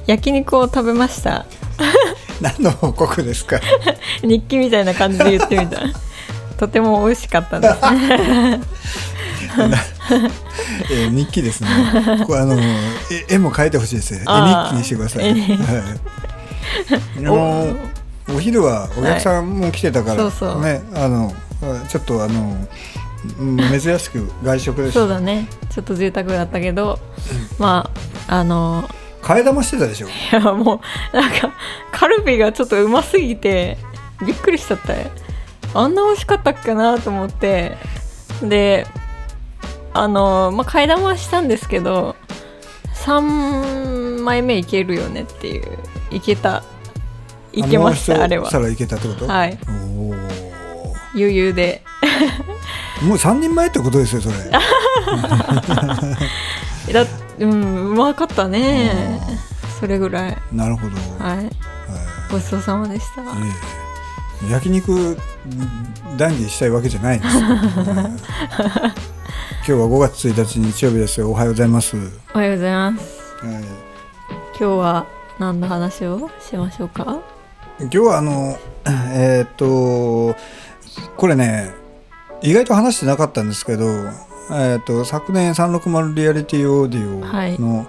焼肉を食べました。 何の報告ですか？ 日記みたいな感じで言ってみた。とても美味しかったですね。 日記ですね。これ絵も描いてほしいですね。絵日記にしてください。お昼はお客さんも来てたから、ね、ちょっと珍しく外食でした。 そうだね。ちょっと贅沢だったけど、まあ替え玉してたでしょ。 いやもうなんかカルビがちょっとうますぎてびっくりしちゃったよ。あんな美味しかったっけなと思って、で替え玉はしたんですけど3枚目いけるよねっていう、いけました。あれは皿いけたってこと？ はい。余裕でもう3人前ってことですよそれ。 うまかったね。それぐらい。なるほど。 はい。ごちそうさまでした。 焼肉談義したいわけじゃないんですよ。今日は5月1日日曜日ですよ。おはようございます。 おはようございます。今日は何の話をしましょうか？ 今日はこれね意外と話してなかったんですけど、昨年360リアリティオーディオの、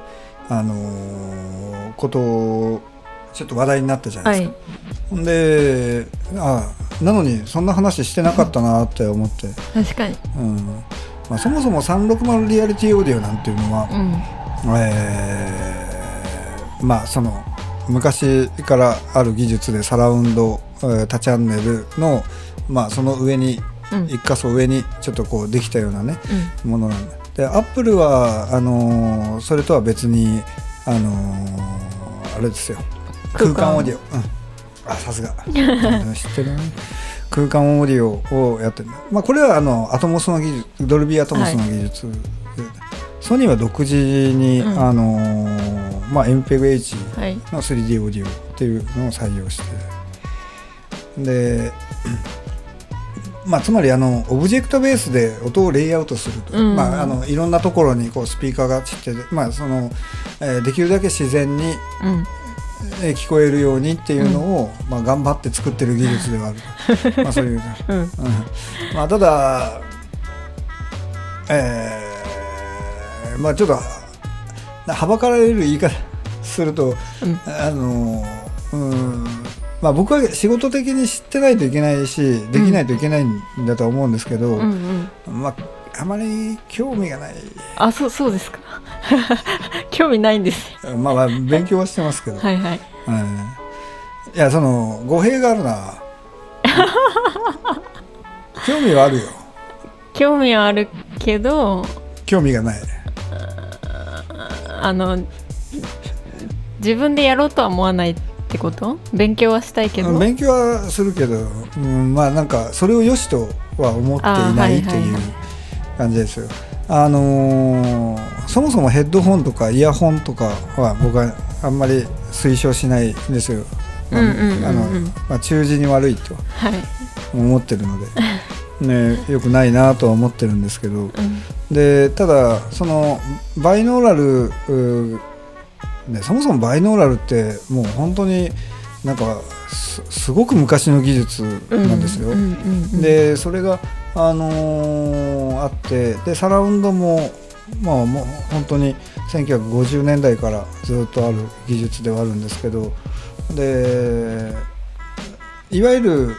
ことをちょっと話題になったじゃないですか。でなのにそんな話してなかったなって思って。 確かに。 そもそも360リアリティオーディオなんていうのは、その昔からある技術でサラウンド多チャンネルの、その上に一箇所上にちょっとこうできたようなね、ものなんで、アップルはそれとは別にあれですよ、空間オーディオ、さすが知ってるね。空間オーディオをやってる、これはアトモスの技術、ドルビーアトモスの技術、ソニーは独自に、MPEG-H の 3D オーディオっていうのを採用して、でつまりオブジェクトベースで音をレイアウトすると、いろんなところにこうスピーカーが散ってて、できるだけ自然に、聞こえるようにっていうのを、頑張って作ってる技術ではあると。そういう、ただ、ちょっとはばかられる言い方すると、僕は仕事的に知ってないといけないし、できないといけないんだとは思うんですけど、あまり興味がない。 そうですか。興味ないんです。 勉強はしてますけど。 はい。 いや、その語弊があるな。興味はあるよ。 興味はあるけど興味がない。 自分でやろうとは思わないってこと？勉強はしたいけど。勉強はするけど、なんかそれを良しとは思っていないという感じですよ。そもそもヘッドホンとかイヤホンとかは僕はあんまり推奨しないんですよ。中耳に悪いと思ってるので、よくないなとは思ってるんですけど、でただそのバイノーラル、そもそもバイノーラルってもう本当になんか すごく昔の技術なんですよ。でそれが、あって、でサラウンドも、もう本当に1950年代からずっとある技術ではあるんですけど、でいわゆる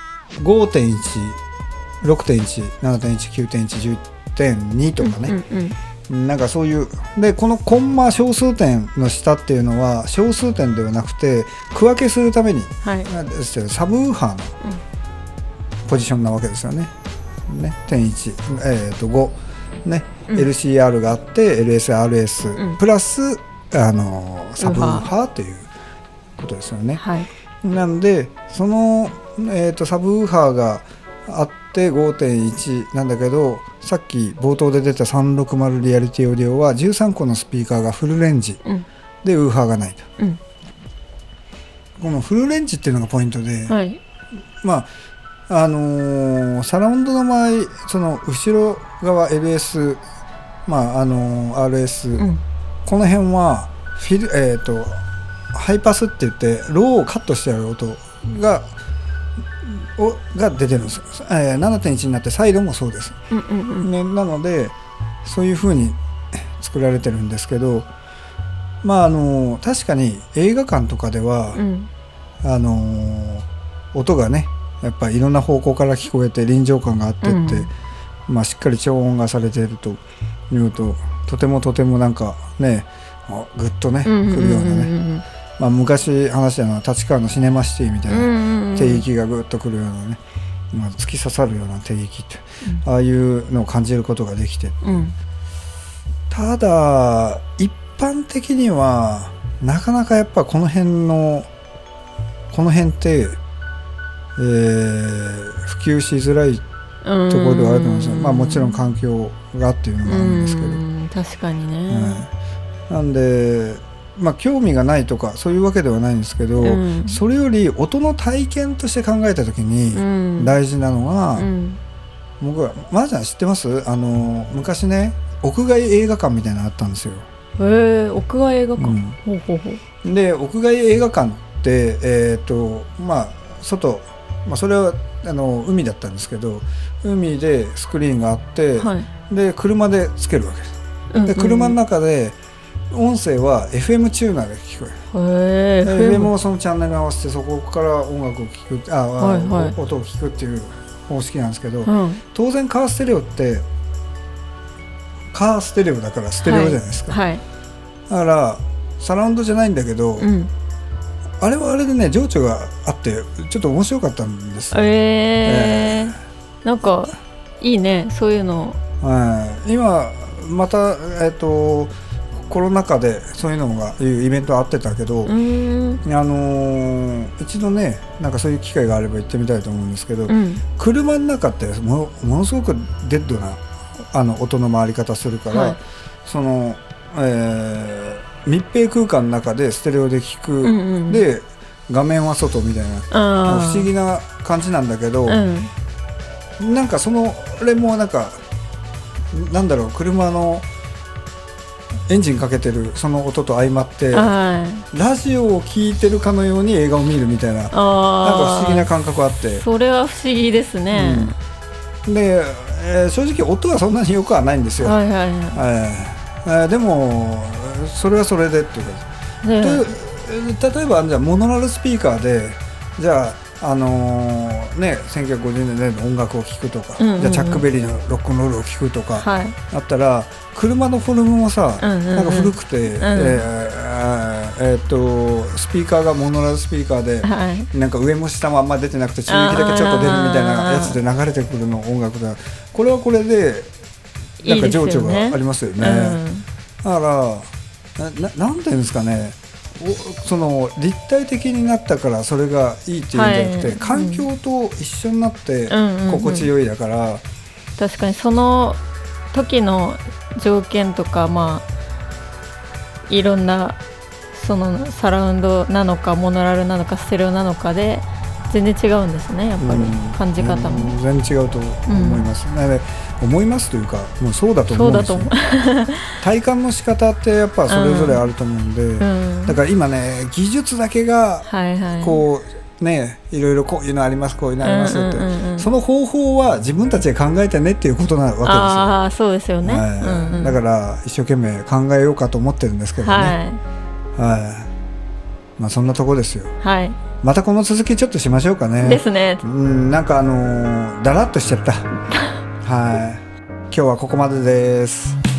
5.1、6.1、7.1、9.1、10.2 とかね、なんかそういうで、このコンマ小数点の下っていうのは小数点ではなくて区分けするために、サブウーハーのポジションなわけですよね。1.1、5、LCR があって LSRS、プラスサブウーハーということですよね。なのでその、サブウーハーがあって 5.1 なんだけど、さっき冒頭で出た360リアリティオーディオは13個のスピーカーがフルレンジでウーハーがないと、このフルレンジっていうのがポイントで、サラウンドの場合、その後ろ側 LS、RS、この辺はハイパスって言ってローをカットしてある音が出てるんですよ。7.1 になってサイドもそうです、ね、なのでそういう風に作られてるんですけど、確かに映画館とかでは、音がねやっぱりいろんな方向から聞こえて臨場感があってって、しっかり調音がされているというととてもなんかねグッとね、来るようなね、昔話したのは立川のシネマシティみたいな低域がグッとくるようなね、突き刺さるような低域って、ああいうのを感じることができて、ただ一般的にはなかなかやっぱこの辺って、普及しづらいところではあると思うんですよ。もちろん環境がっていうのもあるんですけど、 確かにね、 なんで興味がないとかそういうわけではないんですけど、それより音の体験として考えた時に大事なのは、僕はマージャン知ってます？昔ね屋外映画館みたいなのあったんですよ。 屋外映画館、 で屋外映画館って外、それは海だったんですけど、海でスクリーンがあって、で車でつけるわけです。で車の中で音声は FM チューナーで聞こえる。FM をそのチャンネルに合わせてそこから音楽を聞く、音を聞くっていう方式なんですけど、当然カーステレオってカーステレオだからステレオじゃないですか、だからサラウンドじゃないんだけど、あれはあれでね情緒があってちょっと面白かったんですよ。 なんかいいねそういうの。 今またコロナ禍でそういうのがいうイベントあってたけど、一度ねなんかそういう機会があれば行ってみたいと思うんですけど、車の中ってものすごくデッドな音の回り方するから、その、密閉空間の中でステレオで聞く、で画面は外みたいな不思議な感じなんだけど、なんかそれもなんかなんだろう、車のエンジンかけてるその音と相まって、ラジオを聴いてるかのように映画を見るみたいな、なんか不思議な感覚があって、 それは不思議ですね。 で、正直音はそんなによくはないんですよ。でもそれはそれでっていうか、例えばじゃあモノラルスピーカーでじゃあ1950年の音楽を聴くとか、じゃあチャックベリーのロックンロールを聴くとか、あったら車のフォルムもさ、なんか古くて、スピーカーがモノラルスピーカーで、なんか上も下もあんま出てなくて中域だけちょっと出るみたいなやつで流れてくるの音楽だ。これはこれでなんか情緒がありますよね。だからなんていうんですかね、その立体的になったからそれがいいっていうんじゃなくて、環境と一緒になって心地よいだから、 確かにその時の条件とか、いろんなそのサラウンドなのかモノラルなのかステレオなのかで全然違うんですね、やっぱり感じ方も、 全然違うと思います、思いますというかもうそうだと思うんですよ。体感の仕方ってやっぱそれぞれあると思うんで、だから今ね技術だけがこうね、いろいろこういうのありますこういうのありますって、その方法は自分たちで考えてねっていうことなわけですよ。 そうですよね、 だから一生懸命考えようかと思ってるんですけどね。そんなとこですよ。またこの続きちょっとしましょうかね。 ですね。 なんかだらっとしちゃった。今日はここまでです。